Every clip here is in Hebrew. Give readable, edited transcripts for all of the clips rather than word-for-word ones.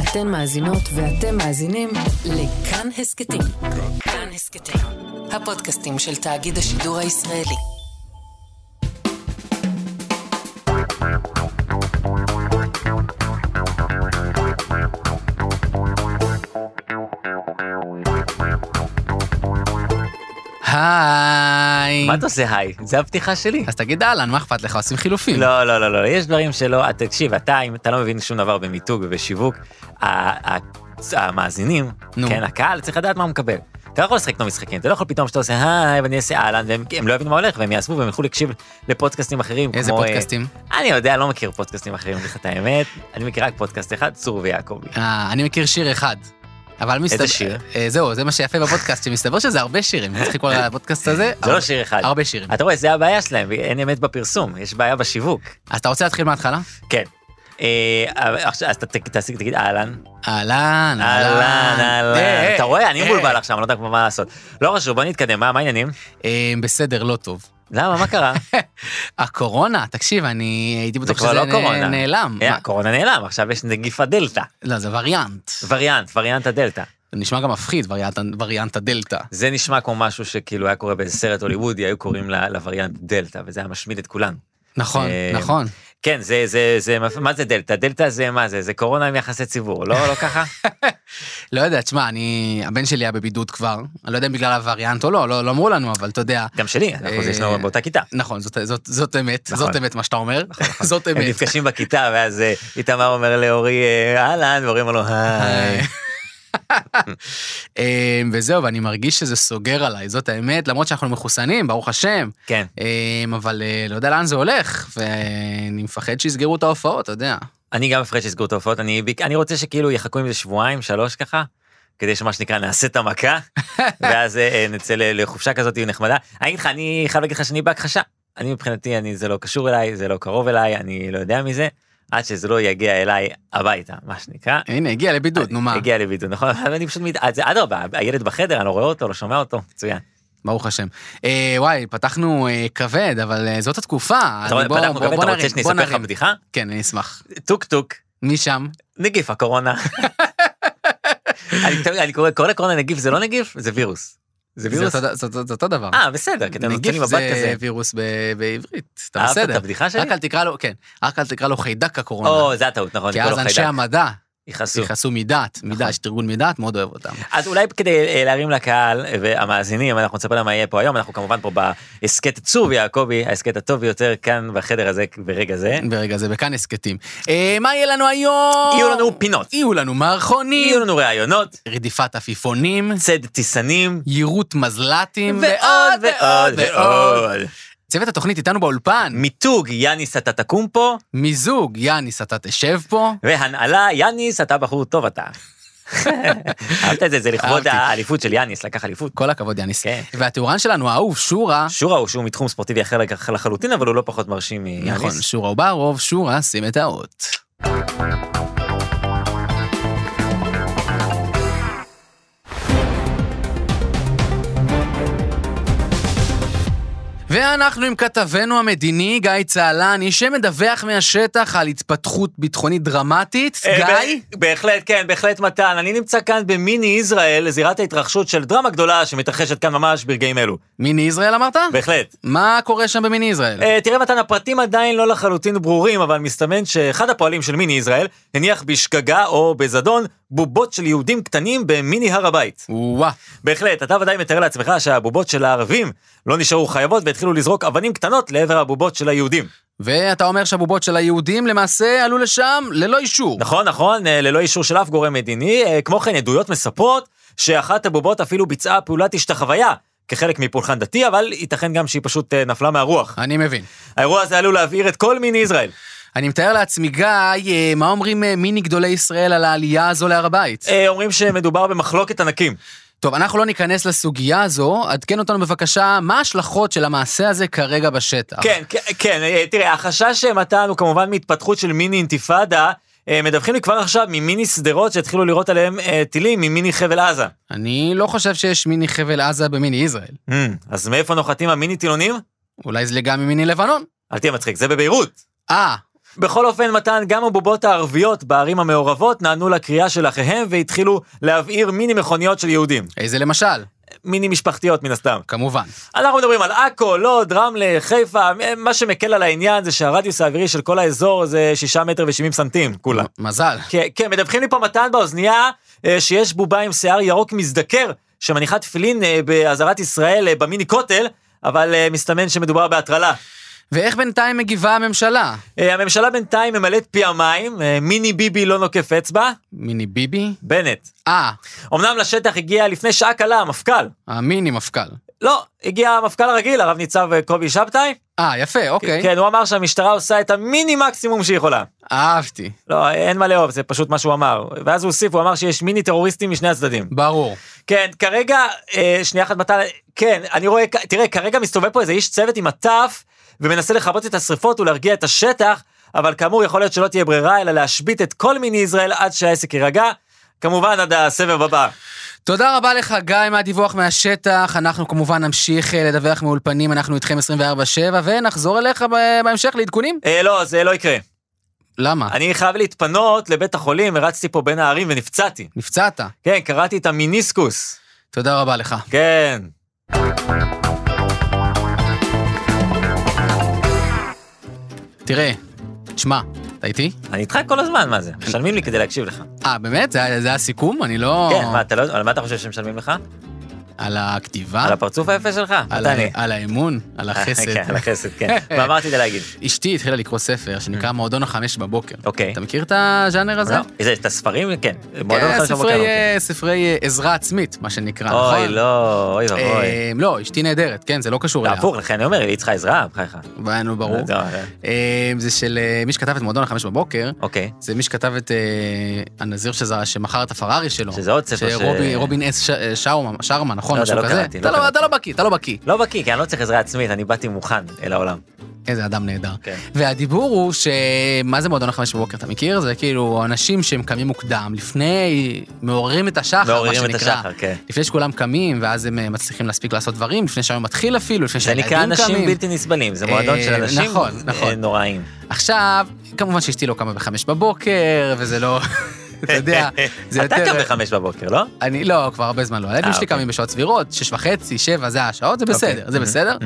אתן מאזינות ואתם מאזינים לכאן הסקטים. כאן הסקטים, הפודקאסטים של תאגיד השידור הישראלי. היי. מה אתה עושה היי? זה הפתיחה שלי. אז תגיד אהלן, מה אכפת לך? עושים חילופים. לא, יש דברים שלא, תקשיב, אם אתה לא מבין שום דבר במיתוג ובשיווק, המאזינים, כן, הקהל צריך לדעת מה הוא מקבל. אתה לא יכול לשחק כמו משחקים, אתה לא יכול פתאום שאתה עושה היי ואני אעשה אהלן, והם לא יבינו מה הולך, והם יעזבו והם ילכו להקשיב לפודקאסטים אחרים. איזה פודקאסטים? אני יודע, לא מכיר פודקאסטים אחרים, לך את האמת, אני מכיר רק פודקאסט אחד, צור ויעקבי. אני מכיר שיר אחד. איזה שיר? זהו, זה מה שיפה בפודקאסט, שמסתבר שזה הרבה שירים, אני צריך לקרוא לפודקאסט הזה. זה לא שיר אחד. הרבה שירים. אתה רואה, זה הבעיה שלהם, אין אמת בפרסום, יש בעיה בשיווק. אז אתה רוצה להתחיל מההתחלה? כן. אז תגיד אהלן. אהלן. אתה רואה, אני מבולבל עכשיו, אני לא יודע כבר מה לעשות. לא חשוב, בוא נתקדם, מה העניינים? בסדר, לא טוב. למה, מה קרה? הקורונה, תקשיב, אני הייתי בטוח שזה נעלם. הקורונה נעלם, עכשיו יש נגיף הדלתא. לא, זה וריאנט. וריאנט הדלתא. זה נשמע גם מפחיד, וריאנט הדלתא. זה נשמע כמו משהו שכאילו היה קורה באיזה סרט הוליוודי, היו קוראים לווריאנט דלתא, וזה היה משמיד את כולנו. נכון, נכון. כן, מה זה דלתא? דלתא זה מה זה? זה קורונה עם יחסי ציבור, לא ככה? לא יודע, תשמע, הבן שלי היה בבידוד כבר, אני לא יודע אם בגלל הווריאנט או לא, לא אמרו לנו, אבל אתה יודע. גם שלי, אנחנו ישנו באותה כיתה. נכון, זאת אמת מה שאתה אומר, זאת אמת. הם נפגשים בכיתה, ואז איתמר אומר לאורי, אהלן, ואומרים לו, היי. וזהו, ואני מרגיש שזה סוגר עליי, זאת האמת, למרות שאנחנו מחוסנים, ברוך השם. כן. אבל לא יודע לאן זה הולך, ואני מפחד שיסגרו את ההופעות, אתה יודע. אני גם מפחד שיסגרו את ההופעות, אני רוצה שכאילו יחכו עם זה שבועיים, 3 ככה, כדי שמה שנקרא נעשה את המכה, ואז נצא לחופשה כזאת נחמדה. אני אגיד לך, אני חייב להגיד לך שאני בהכחשה. אני מבחינתי, זה לא קשור אליי, זה לא קרוב אליי, אני לא יודע מזה. עד שזה לא יגיע אליי הביתה, מה שנקרא. הנה, הגיע לבידוד, נו מה. הגיע לבידוד, נכון? אני פשוט אדרבה, הילד בחדר, אני לא רואה אותו, לא שומע אותו, מצוין. ברוך השם. וואי, פתחנו כבד, אבל זאת התקופה. פתחנו כבד, אתה רוצה שנספר לך בדיחה? כן, אני אשמח. טוק טוק. מי שם? נגיף הקורונה. אני קורא לקורונה נגיף, זה לא נגיף, זה וירוס. זה וירוס? זה אותו דבר. בסדר, כי אתה נותן לי מבט כזה. נגיף זה וירוס בעברית, אתה בסדר. בסדר. את הבדיחה שלי? רק אל תקרא לו חיידק הקורונה. זה הטעות, נכון. כי אז אנשי המדע יכעסו מדעת, נכון. יש תרגול מדעת, מאוד אוהב אותם. אז אולי כדי להרים לקהל והמאזינים, אנחנו נספר להם מה יהיה פה היום, אנחנו כמובן פה בהסקט צור ויעקבי, ההסקט הטוב ביותר כאן בחדר הזה, ברגע זה. ברגע זה, בכאן הסקטים. מה יהיה לנו היום? יהיו לנו פינות. יהיו לנו מערכונים. יהיו לנו ראיונות. רדיפת עפיפונים. צד טיסנים. יירוט מזל"טים. ועוד ועוד ועוד. צוות התוכנית איתנו באולפן. מיתוג, יאניס אתה תקום פה. מיזוג, יאניס אתה תשב פה. והנעלה, יאניס אתה בחור טוב אתה. אהבת את זה, זה לכבוד האליפות של יאניס, לקח אליפות. כל הכבוד יאניס. והתאורן שלנו, האהוב, שורה. שורה הוא שהוא מתחום ספורטיבי אחר לחלוטין, אבל הוא לא פחות מרשים מיאניס. נכון, שורה הוא בערוב, שורה, שים את האות. ואנחנו עם כתבנו המדיני, גיא צהלני, שמדווח מהשטח על התפתחות ביטחונית דרמטית. גיא? בהחלט, כן, בהחלט מתן. אני נמצא כאן במיני ישראל, זירת ההתרחשות של דרמה גדולה שמתרחשת כאן ממש ברגעים אלו. מיני ישראל אמרת? בהחלט. מה קורה שם במיני ישראל? תראה מתן, הפרטים עדיין לא לחלוטין ברורים, אבל מסתמן שאחד הפועלים של מיני ישראל הניח בשגגה או בזדון בובות של יהודים קטנים במיני הר הבית. וואה. בהחלט, אתה ודאי מתאר לעצמך שהבובות של הערבים לא נשארו חייבות והתחילו לזרוק אבנים קטנות לעבר הבובות של היהודים. ואתה אומר שהבובות של היהודים למעשה עלו לשם ללא אישור. נכון, ללא אישור של אף גורם מדיני. כמו כן, עדויות מספרות שאחת הבובות אפילו ביצעה פעולת השתחוויה כחלק מפולחן דתי, אבל ייתכן גם שהיא פשוט נפלה מהרוח. אני מבין. האירוע הזה עלול להבעיר את כל מיני ישראל. אני מתאר לעצמי, גיא, מה אומרים מיני גדולי ישראל על העלייה הזו להר הבית? אומרים שמדובר במחלוקת ענקים. טוב, אנחנו לא ניכנס לסוגיה הזו, עדכן אותנו בבקשה, מה ההשלכות של המעשה הזה כרגע בשטח? כן, תראה, החשש מתן הוא כמובן מהתפתחות של מיני אינתיפאדה, מדווחים לי כבר עכשיו ממיני סדרות שהתחילו לראות עליהם טילים ממיני חבל עזה. אני לא חושב שיש מיני חבל עזה במיני ישראל. אז מאיפה נוחתים המיני טילונים? אולי זה גם ממיני לבנון. אל תהיה מצחיק, זה בביירות. בכל אופן, מתן, גם הבובות הערביות בערים המעורבות נענו לקריאה של אחיהם והתחילו להבעיר מיני מכוניות של יהודים. איזה למשל? מיני משפחתיות מן הסתם. כמובן. אנחנו מדברים על עכו, לוד, רמלה, חיפה, מה שמקל על העניין זה שהרדיוס האווירי של כל האזור זה 6 מטר ו70 סנטים, כולה. מזל. כן, מדווחים לי פה מתן באוזנייה שיש בובה עם שיער ירוק מזדקר, שמניחה תפילין בעזרת ישראל במיני כותל, אבל מסתמן שמדובר בהטרלה. ואיך בינתיים מגיבה הממשלה? הממשלה בינתיים ממלאת פי המים, מיני ביבי לא נוקף אצבע. מיני ביבי? בנט. אמנם לשטח הגיע לפני שעה קלה המפכ"ל. המיני מפכ"ל. לא, הגיע המפכ"ל הרגיל, הרב ניצב קובי שבתאי. יפה, אוקיי. כן, הוא אמר שהמשטרה עושה את המיני מקסימום שהיא יכולה. אהבתי. לא, אין מה לאהוב, זה פשוט מה שהוא אמר. ואז הוא הוסיף, הוא אמר שיש מיני טרוריסטים משני הצדדים. ברור. כן, כרגע, שנייה אחת מתן, כן, אני רואה, תראה, כרגע מסתובב פה איזה איש צוות עם הטף, ומנסה לכבות את השריפות ולהרגיע את השטח, אבל כאמור יכול להיות שלא תהיה ברירה, אלא להשבית את כל מיני ישראל עד שהעסק יירגע, כמובן עד הסבב הבא. תודה רבה לך גיא מהדיווח מהשטח, אנחנו כמובן נמשיך לדווח מאולפנים, אנחנו איתכם 24/7, ונחזור אליך בהמשך לעדכונים? לא, זה לא יקרה. למה? אני חייב להתפנות לבית החולים, הרצתי פה בין הערים ונפצעתי. נפצעת? כן, קראתי את המיניסקוס. תודה רבה לך. כן. תראה, תשמע, אתה איתי? אני איתך כל הזמן, מה זה? משלמים לי כדי להקשיב לך. באמת? זה הסיכום? אני לא... כן, על מה אתה חושב שמשלמים לך? על הכתיבה? על הפרצוף היפה שלך? על האמון? על החסד? כן, על החסד, כן. מה אמרתי כדי להגיד? אשתי התחילה לקרוא ספר שנקרא מועדון 5 בבוקר. אוקיי. אתה מכיר את הז'אנר הזה? לא. את הספרים? כן. מועדון 5 בבוקר. ספרי עזרה עצמית, מה שנקרא. אוי, לא, אוי ואבוי. לא, אשתי נהדרת, כן, זה לא קשור אליה. להפוך, לכן אני אומר, היא צריכה עזרה, בחייך. ברור. זה של מי שכתב את מועדון 5 בבוקר. אוקיי. זה מי שכתב את הנזיר שמכר את הפרארי שלו. שזה עוד ספר רובין אס שרמה, נכון? אתה לא בקיא. לא בקיא, כי אני לא צריך עזרה עצמית, אני באתי מוכן אל העולם. איזה אדם נהדר. והדיבור הוא מה זה מועדון 5 בבוקר, אתה מכיר? זה כאילו אנשים שהם קמים מוקדם, לפני, מעוררים את השחר, מה שנקרא. לפני שכולם קמים, ואז הם מצליחים להספיק לעשות דברים, לפני שהיום מתחיל אפילו, לפני שהילדים קמים. זה נקרא אנשים בלתי נסבלים, זה מועדון של אנשים נוראים. עכשיו, כמובן שאשתי לא קמה ב5 בבוקר, וזה לא... אתה יודע, זה יותר... אתה קם ב5 בבוקר, לא? אני לא, כבר הרבה זמן לא. הילדים שלי קמים בשעות סבירות, 6:30, 7, זה השעות, זה בסדר, זה בסדר.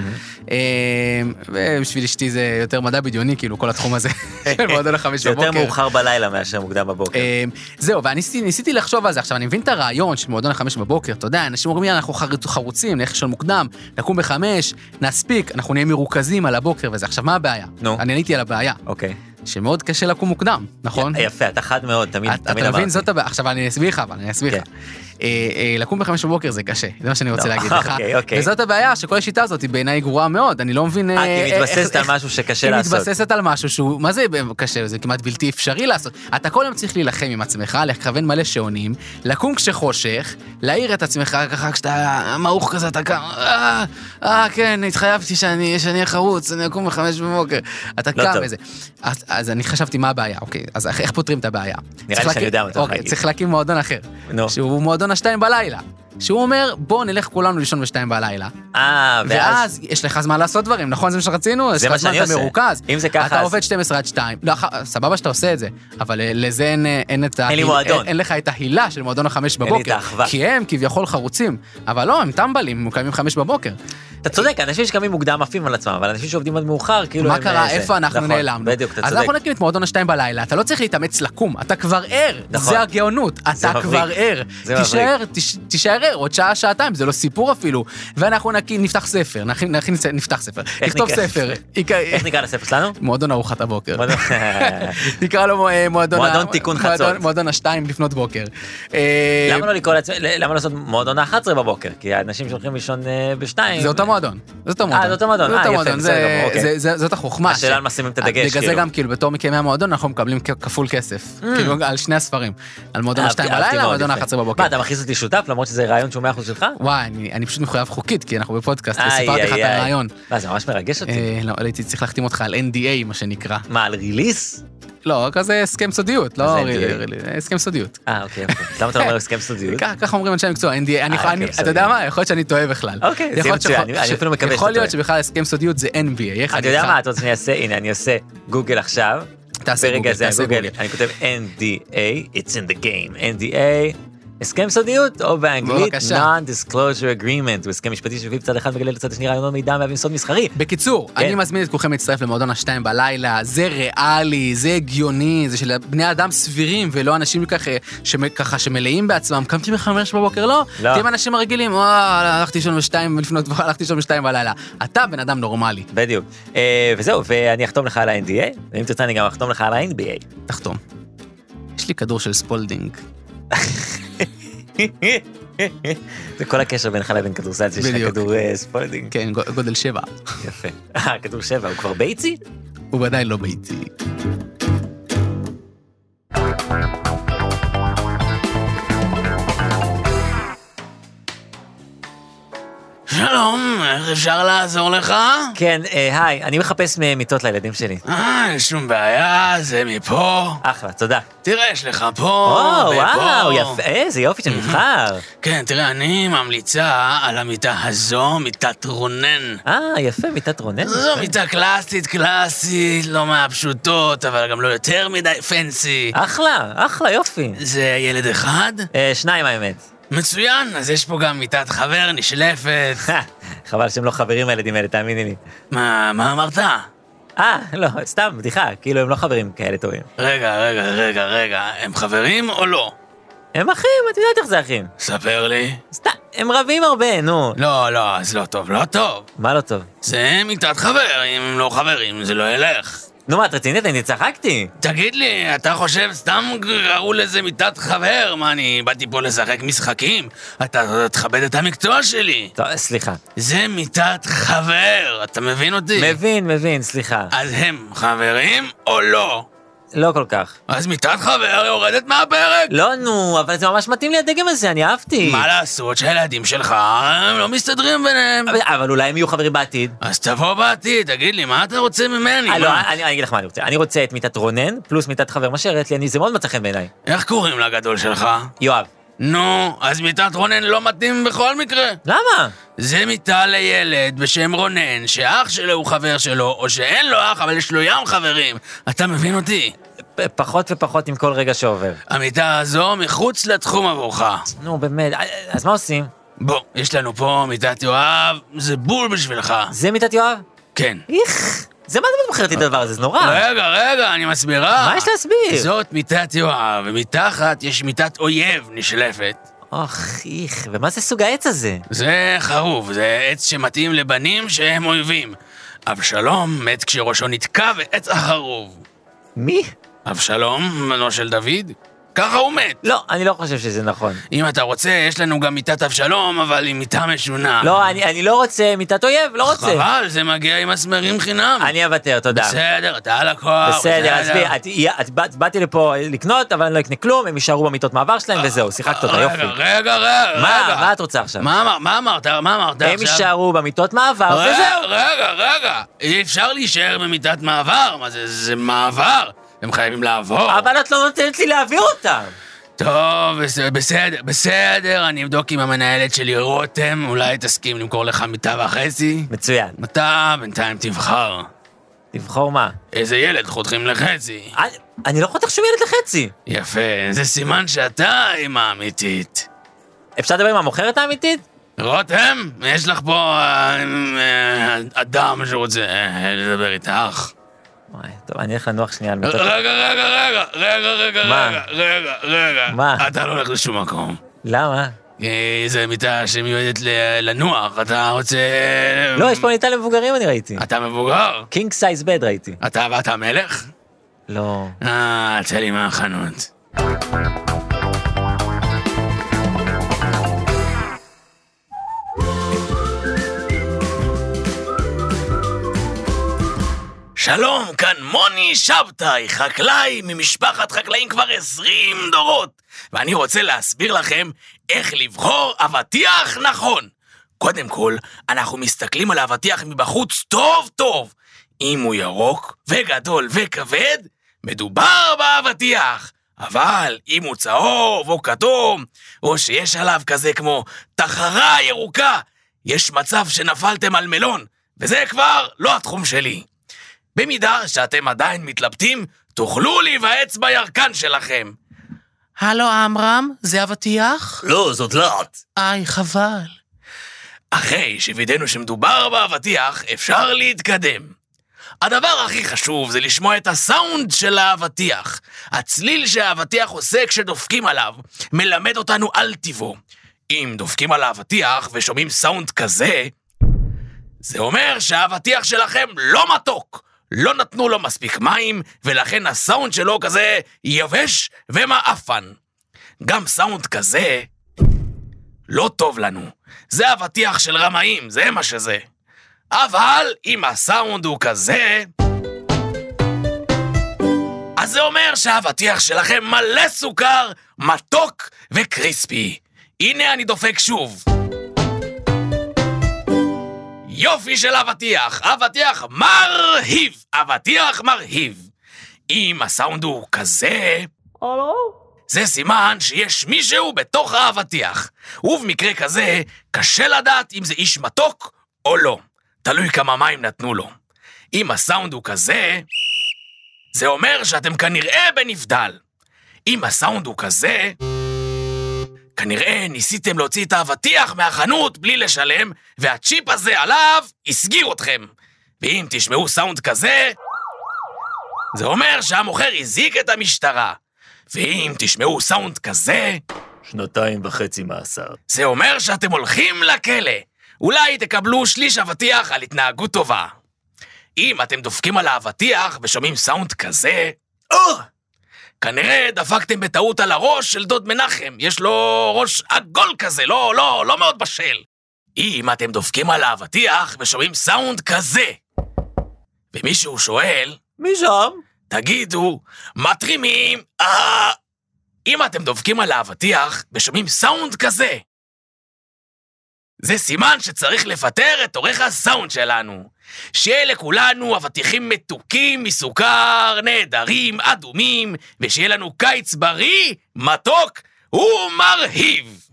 ובשביל אשתי זה יותר מדע בדיוני, כאילו, כל התחום הזה של מועדון 5 בבוקר. זה יותר מאוחר בלילה מאשר מוקדם בבוקר. זהו, וניסיתי לחשוב על זה. עכשיו, אני מבין את הרעיון של מועדון 5 בבוקר, אתה יודע, אנשים אומרים, אנחנו חרוצים, נלך לישון מוקדם, נקום ב5, נספיק, אנחנו נהיה מרוכזים על הבוקר וזה. עכשיו, מה הבעיה? אני עניתי על הבעיה. אוקיי. שמאוד קשה לקום מוקדם, נכון? יפה, אתה חד מאוד, תמיד אמרתי. אתה מבין, זאת הבעיה. עכשיו, אני אסביר לך. לקום ב5 בבוקר זה קשה, זה מה שאני רוצה להגיד לך. וזאת הבעיה, שכל השיטה הזאת היא בעיניי גרועה מאוד, אני לא מבין... כי היא מתבססת על משהו שקשה לעשות. היא מתבססת על משהו שהוא, מה זה קשה? זה כמעט בלתי אפשרי לעשות. אתה כל יום צריך להילחם עם עצמך, לכוון מלא שעונים, לקום כשחושך, להעיר את עצמך ככה כשאתה מעוך כזה, אתה קם, כן, התחייבתי שאני אהיה חרוץ, אני אקום ב5 בבוקר. אתה קם וזה. אז אני חשבתי מה הבעיה, אוקיי, אז איך פותרים את הבעיה? נראה לי שאני יודע מה אתה אוקיי, צריך להקים מועדון אחר, שהוא מועדון 2 בלילה, שהוא אומר, בוא נלך כולנו לישון ב2 בלילה, ואז יש לך זמן לעשות דברים, נכון? זה מה שרצינו? זה מה שאני עושה. מרוכז. אם זה ככה, אתה עובד 12-2, לא, סבבה שאתה עושה את זה, אבל לזה אין לך את ההילה של מועדון 5 בבוקר, כי הם כביכול חרוצים, אבל לא, הם טמבלים, הם קמים 5 בבוקר. אתה צודק, אנשים שקמים מוקדם עפים על עצמם, אבל אנשים שעובדים עד מאוחר, כאילו מה קרה, איפה אנחנו נעלמנו? אז אנחנו נקים את מועדון 2 בלילה, אתה לא צריך להתאמץ לקום, אתה כבר ער, זה הגאונות, אתה כבר ער, תישאר ער, עוד שעה, שעתיים, זה לא סיפור אפילו, ואנחנו נפתח ספר, נפתח ספר, נכתוב ספר. איך נקרא לספר שלנו? מועדון ארוחת הבוקר. נקרא לו מועדון תיקון חצות. מועדון 2 לפנות בוקר. למה לעשות מועדון 11 בבוקר? כי האנשים שהולכים לישון ב2. זה אותו מועדון. זאת החוכמה. השאלה על מה שמים את הדגש. בגלל זה גם כאילו בתור מקיימי המועדון אנחנו מקבלים כפול כסף. כאילו על שני הספרים. על מועדון 2 בלילה, מועדון 11 בבוקר. מה, אתה מכניס אותי שותף למרות שזה רעיון שהוא 100% שלך? וואי, אני פשוט מחויב חוקית כי אנחנו בפודקאסט, סיפרתי לך את הרעיון. זה ממש מרגש אותי. לא, הייתי צריך להחתים אותך על NDA מה שנקרא. מה, על ריליס? לא, כזה הסכם סודיות, לא הסכם סודיות. אוקיי. למה אתה אומר הסכם סודיות? ככה אומרים אנשי מקצוע, NDA. אתה יודע מה? יכול להיות שאני טועה בכלל. אוקיי, זה מצוין, אני אפילו מקווה שאתה טועה. יכול להיות שבכלל הסכם סודיות זה NBA. אתה יודע מה? אתה רוצה שאני אעשה? הנה, אני עושה גוגל עכשיו, תעשה גוגל, תעשה גוגל. אני כותב NDA, it's in the game, NDA, הסכם סודיות, או באנגלית, Non-Disclosure Agreement, הוא הסכם משפטי שביא בצד אחד מגלה לצד השני רעיונות מידע מהווים סוד מסחרי. בקיצור, אני מזמין את כולכם להצטרף למועדון 2 בלילה, זה ריאלי, זה הגיוני, זה של בני אדם סבירים, ולא אנשים ככה שמלאים בעצמם, קמתי ב5 בבוקר, לא? תהיים אנשים הרגילים, הלכתי לישון ב2 בלילה. אתה בן אדם נורמלי. בדיוק. וזהו, ואני אחתום לך על ה-NDA, ואם תרצה אני גם אחתום לך על ה-NBA. תחתום. יש לי כדור של ספולדינג. זה כל הקשר בינך לבין כדורסל, שיש לך כדור ספולדינג. כן, גודל 7. יפה. כדור 7, הוא כבר ביצי? הוא ודאי לא ביצי. שלום, איך אפשר לעזור לך? כן, היי, אני מחפש מיטות לילדים שלי. אין שום בעיה, זה מפה. אחלה, תודה. תראה, יש לך פה ופה. וואו, יפה, איזה יופי שנבחר. כן, תראה, אני ממליצה על המיטה הזו, מיטת רונן. יפה, מיטת רונן. זו מיטה קלאסית, לא מהפשוטות, אבל גם לא יותר מדי פנסי. אחלה, יופי. זה ילד אחד? 2 האמת. מצוין, אז יש פה גם מיטת חבר נשלפת. חבל שהם לא חברים הילדים האלה, תאמיני לי. מה אמרת? לא, סתם, בדיחה, כאילו הם לא חברים כאלה טובים. רגע, הם חברים או לא? הם אחים, את יודעת איך זה אחים. ספר לי. סתם, הם רבים הרבה, נו. לא, אז לא טוב. מה לא טוב? זה מיטת חבר, אם הם לא חברים, זה לא ילך. נו מה, את רצינית? אני צחקתי. תגיד לי, אתה חושב סתם קראו לזה מיטת חבר? מה, אני באתי פה לשחק משחקים? אתה תכבד את המקצוע שלי. טוב, סליחה. זה מיטת חבר, אתה מבין אותי? מבין, סליחה. אז הם חברים או לא? לא כל כך. אז מיטת חבר יורדת מהפרק? לא, נו, אבל זה ממש מתאים לי הדגם הזה, אני אהבתי. מה לעשות שהילדים שלך הם לא מסתדרים ביניהם? אבל אולי הם יהיו חברים בעתיד. אז תבוא בעתיד, תגיד לי, מה אתה רוצה ממני? לא, אני אגיד לך מה אני רוצה. אני רוצה את מיטת רונן, פלוס מיטת חבר, מה שהראית לי, זה מאוד מצא חן בעיניי. איך קוראים לגדול שלך? יואב. נו, אז מיטת רונן לא מתאים בכל מקרה. למה? זה מיטה לילד בשם רונן, שאח שלו הוא חבר שלו, או שאין לו אח, אבל יש לו ים חברים. אתה מבין אותי? פחות ופחות עם כל רגע שעובר. המיטה הזו מחוץ לתחום עבורך. נו, באמת, אז מה עושים? בוא, יש לנו פה מיטת יואב, זה בול בשבילך. זה מיטת יואב? כן. איך? זה מה אתה בוחרת את הדבר הזה? זה נורא. רגע, אני מסבירה. מה יש להסביר? זאת מיטת יואב, ומתחת יש מיטת אויב נשלפת. איך, ומה זה סוג העץ הזה? זה חרוב, זה עץ שמתאים לבנים שהם אויבים. אבשלום מת כשראשו נתקע בעץ החרוב. מי? אבשלום, בנו של דוד? ככה הוא מת. לא, אני לא חושב שזה נכון. אם אתה רוצה, יש לנו גם מיטת אבשלום, אבל עם מיטה משונה. לא, אני לא רוצה מיטת אויב, לא רוצה. חבל, זה מגיע עם מסמרים חינם. אני אוותר, תודה. בסדר, אתה הלקוח. בסדר, עזבי, באתי לפה לקנות, אבל אני לא אקנה כלום, הם יישארו במיטות מעבר שלהם, וזהו, שיחקת אותה, יופי. רגע. מה את רוצה עכשיו? מה אמרת עכשיו? הם יישארו במיטות מעבר, וזהו. רגע, אי אפשר להישאר במיטת מעבר, מה זה מעבר? הם חייבים לעבור. אבל את לא נותנת לי להעביר אותם. טוב, בסדר, אני אבדוק עם המנהלת שלי רותם, אולי תסכים למכור לך מיטה וחצי. מצוין. אתה בינתיים תבחר. תבחור מה? איזה ילד חותכים לחצי. אני לא חותך שום ילד לחצי. יפה, זה סימן שאתה אמא אמיתית. אפשר לדבר עם המוכרת האמיתית? רותם, יש לך פה אדם שרוצה לדבר איתך. טוב, אני הולך לנוח שנייה על מיטות. רגע. מה? אתה לא הולך לשום מקום. למה? זו מיטה שמיועדת לנוח, אתה רוצה... לא, יש פה מיטה למבוגרים אני ראיתי. אתה מבוגר? קינג סייז בד ראיתי. אתה מלך? לא. צא לי מהחנות. שלום, כאן מוני שבתאי, חקלאי ממשפחת חקלאים כבר 20 דורות, ואני רוצה להסביר לכם איך לבחור אבטיח נכון. קודם כל, אנחנו מסתכלים על האבטיח מבחוץ טוב טוב. אם הוא ירוק וגדול וכבד, מדובר באבטיח. אבל אם הוא צהוב או כתום, או שיש עליו כזה כמו תחרה ירוקה, יש מצב שנפלתם על מלון, וזה כבר לא התחום שלי. במידה שאתם עדיין מתלבטים, תוכלו להיוועץ בירקן שלכם. הלו, אמרם, זה אבטיח? לא, זאת לאט. איי, חבל. אחרי שווידאנו שמדובר באבטיח, אפשר להתקדם. הדבר הכי חשוב זה לשמוע את הסאונד של האבטיח. הצליל שהאבטיח עושה כשדופקים עליו, מלמד אותנו על טיבו. אם דופקים על האבטיח ושומעים סאונד כזה, זה אומר שהאבטיח שלכם לא מתוק. לא נתנו לו מספיק מים, ולכן הסאונד שלו כזה יבש ומאפן. גם סאונד כזה לא טוב לנו. זה אבטיח של רמאים, זה מה שזה. אבל אם הסאונד הוא כזה, אז זה אומר שהאבטיח שלכם מלא סוכר, מתוק וקריספי. הנה אני דופק שוב. יופי של אבטיח, אבטיח מרהיב, אבטיח מרהיב. אם הסאונד הוא כזה, זה סימן שיש מישהו בתוך האבטיח. ובמקרה כזה, קשה לדעת אם זה איש מתוק או לא. תלוי כמה מים נתנו לו. אם הסאונד הוא כזה, זה אומר שאתם כנראה בנבדל. אם הסאונד הוא כזה, כנראה ניסיתם להוציא את האבטיח מהחנות בלי לשלם, והצ'יפ הזה עליו הסגיר אתכם. ואם תשמעו סאונד כזה, זה אומר שהמוכר הזיק את המשטרה. ואם תשמעו סאונד כזה, 2.5 מאסר. זה אומר שאתם הולכים לכלא. אולי תקבלו שליש אבטיח על התנהגות טובה. אם אתם דופקים על האבטיח ושומעים סאונד כזה, כנראה דפקתם בטעות על הראש של דוד מנחם. יש לו ראש עגול כזה, לא מאוד בשל. אם אתם דופקים על האבטיח ושומעים סאונד כזה, ומישהו שואל, מי שם? תגידו, מתרימים, אם אתם דופקים על האבטיח ושומעים סאונד כזה, זה סימן שצריך לפטר את עורך הסאונד שלנו. שיהיה לכולנו אבטיחים מתוקים מסוכר, נהדרים, אדומים, ושיהיה לנו קיץ בריא, מתוק ומרהיב.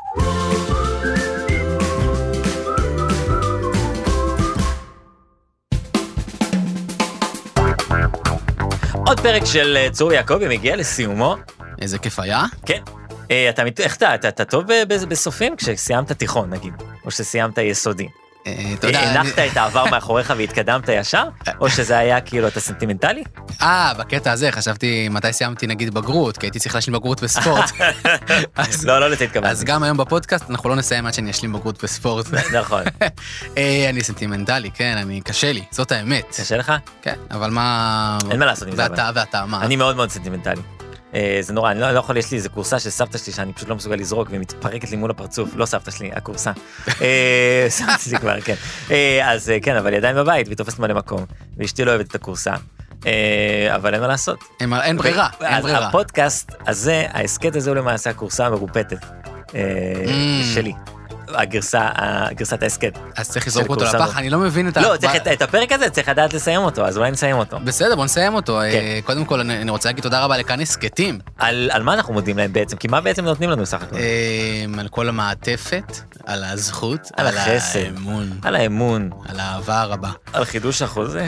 עוד פרק של צור יעקבי מגיע לסיומו. איזה כיף היה. כן. איך אתה טוב בסופים כשסיימת תיכון, נגיד, או שסיימת יסודי? תודה. הנחת את העבר מאחוריך והתקדמת ישר? או שזה היה כאילו אתה סנטימנטלי? בקטע הזה חשבתי מתי סיימתי נגיד בגרות, כי הייתי צריך להשלים בגרות בספורט. לא לזה התכוונתי. אז גם היום בפודקאסט אנחנו לא נסיים עד שאני אשלים בגרות בספורט. נכון. אני סנטימנטלי, כן, קשה לי, זאת האמת. קשה לך? כן, אבל מה... אין מה לעשות עם זה. ואתה, מה? אני מאוד מאוד סנטימנטלי. זה נורא, אני לא יכול, יש לי איזה קורסה של סבתא שלי שאני פשוט לא מסוגל לזרוק ומתפרקת לי מול הפרצוף, לא סבתא שלי, הקורסה. סבתא שלי כבר, כן. אז כן, אבל היא עדיין בבית והיא תופסת מלא מקום, ואשתי לא אוהבת את הקורסה, אבל אין מה לעשות. אין ברירה, אין ברירה. אז הפודקאסט הזה, ההסקט הזה הוא למעשה הקורסה המרופטת שלי. גרסת ההסקט. אז צריך לזרוק אותו לפח, אני לא מבין את לא, את הפרק הזה צריך לדעת לסיים אותו, אז אולי נסיים אותו. בסדר, בוא נסיים אותו. קודם כל, אני רוצה להגיד תודה רבה לכאן הסקטים. על מה אנחנו מודים להם בעצם? כי מה בעצם נותנים לנו סך הכל? על כל המעטפת, על הזכות, על החסד, על האמון, על האהבה הרבה. על חידוש החוזה.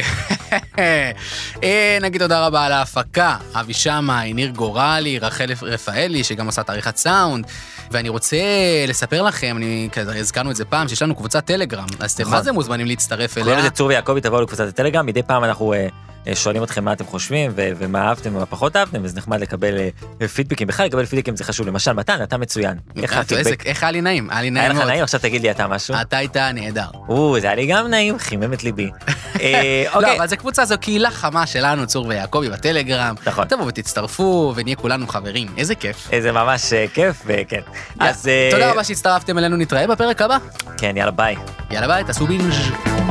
נגיד תודה רבה על ההפקה, אבי שמאי, ניר גורלי, רחל רפאלי, שגם עושה תעריכת סאונד, ואני רוצה לספר לכם, הזכרנו את זה פעם, שיש לנו קבוצת טלגרם, אז אתם מה זה מוזמנים להצטרף אליה? קוראים לזה צור ויעקבי, תבואו לקבוצת הטלגרם, מדי פעם אנחנו שואלים אתכם מה אתם חושבים, ומה אהבתם ומה פחות אהבתם, וזה נחמד לקבל פידבקים, בכלל לקבל פידבקים זה חשוב, למשל מתן, אתה מצוין. איך היה לי נעים? היה לי נעים מאוד. היה לך נעים, עכשיו תגיד לי אתה משהו. אתה היית נהדר. זה היה לי גם נעים, חימם את ליבי. לא, אבל זו קבוצה, זו קהילה חמה שלנו, צור ויעקבי בטלגרם. נכון. תבואו ותצטרפו ונהיה כולנו חברים. איזה כיף. איזה ממש כיף, וכן. תודה רבה שהצטרפתם אלינו, נתראה בפרק הבא. כן, יאללה ביי. יאללה ביי, תעשו בינג'.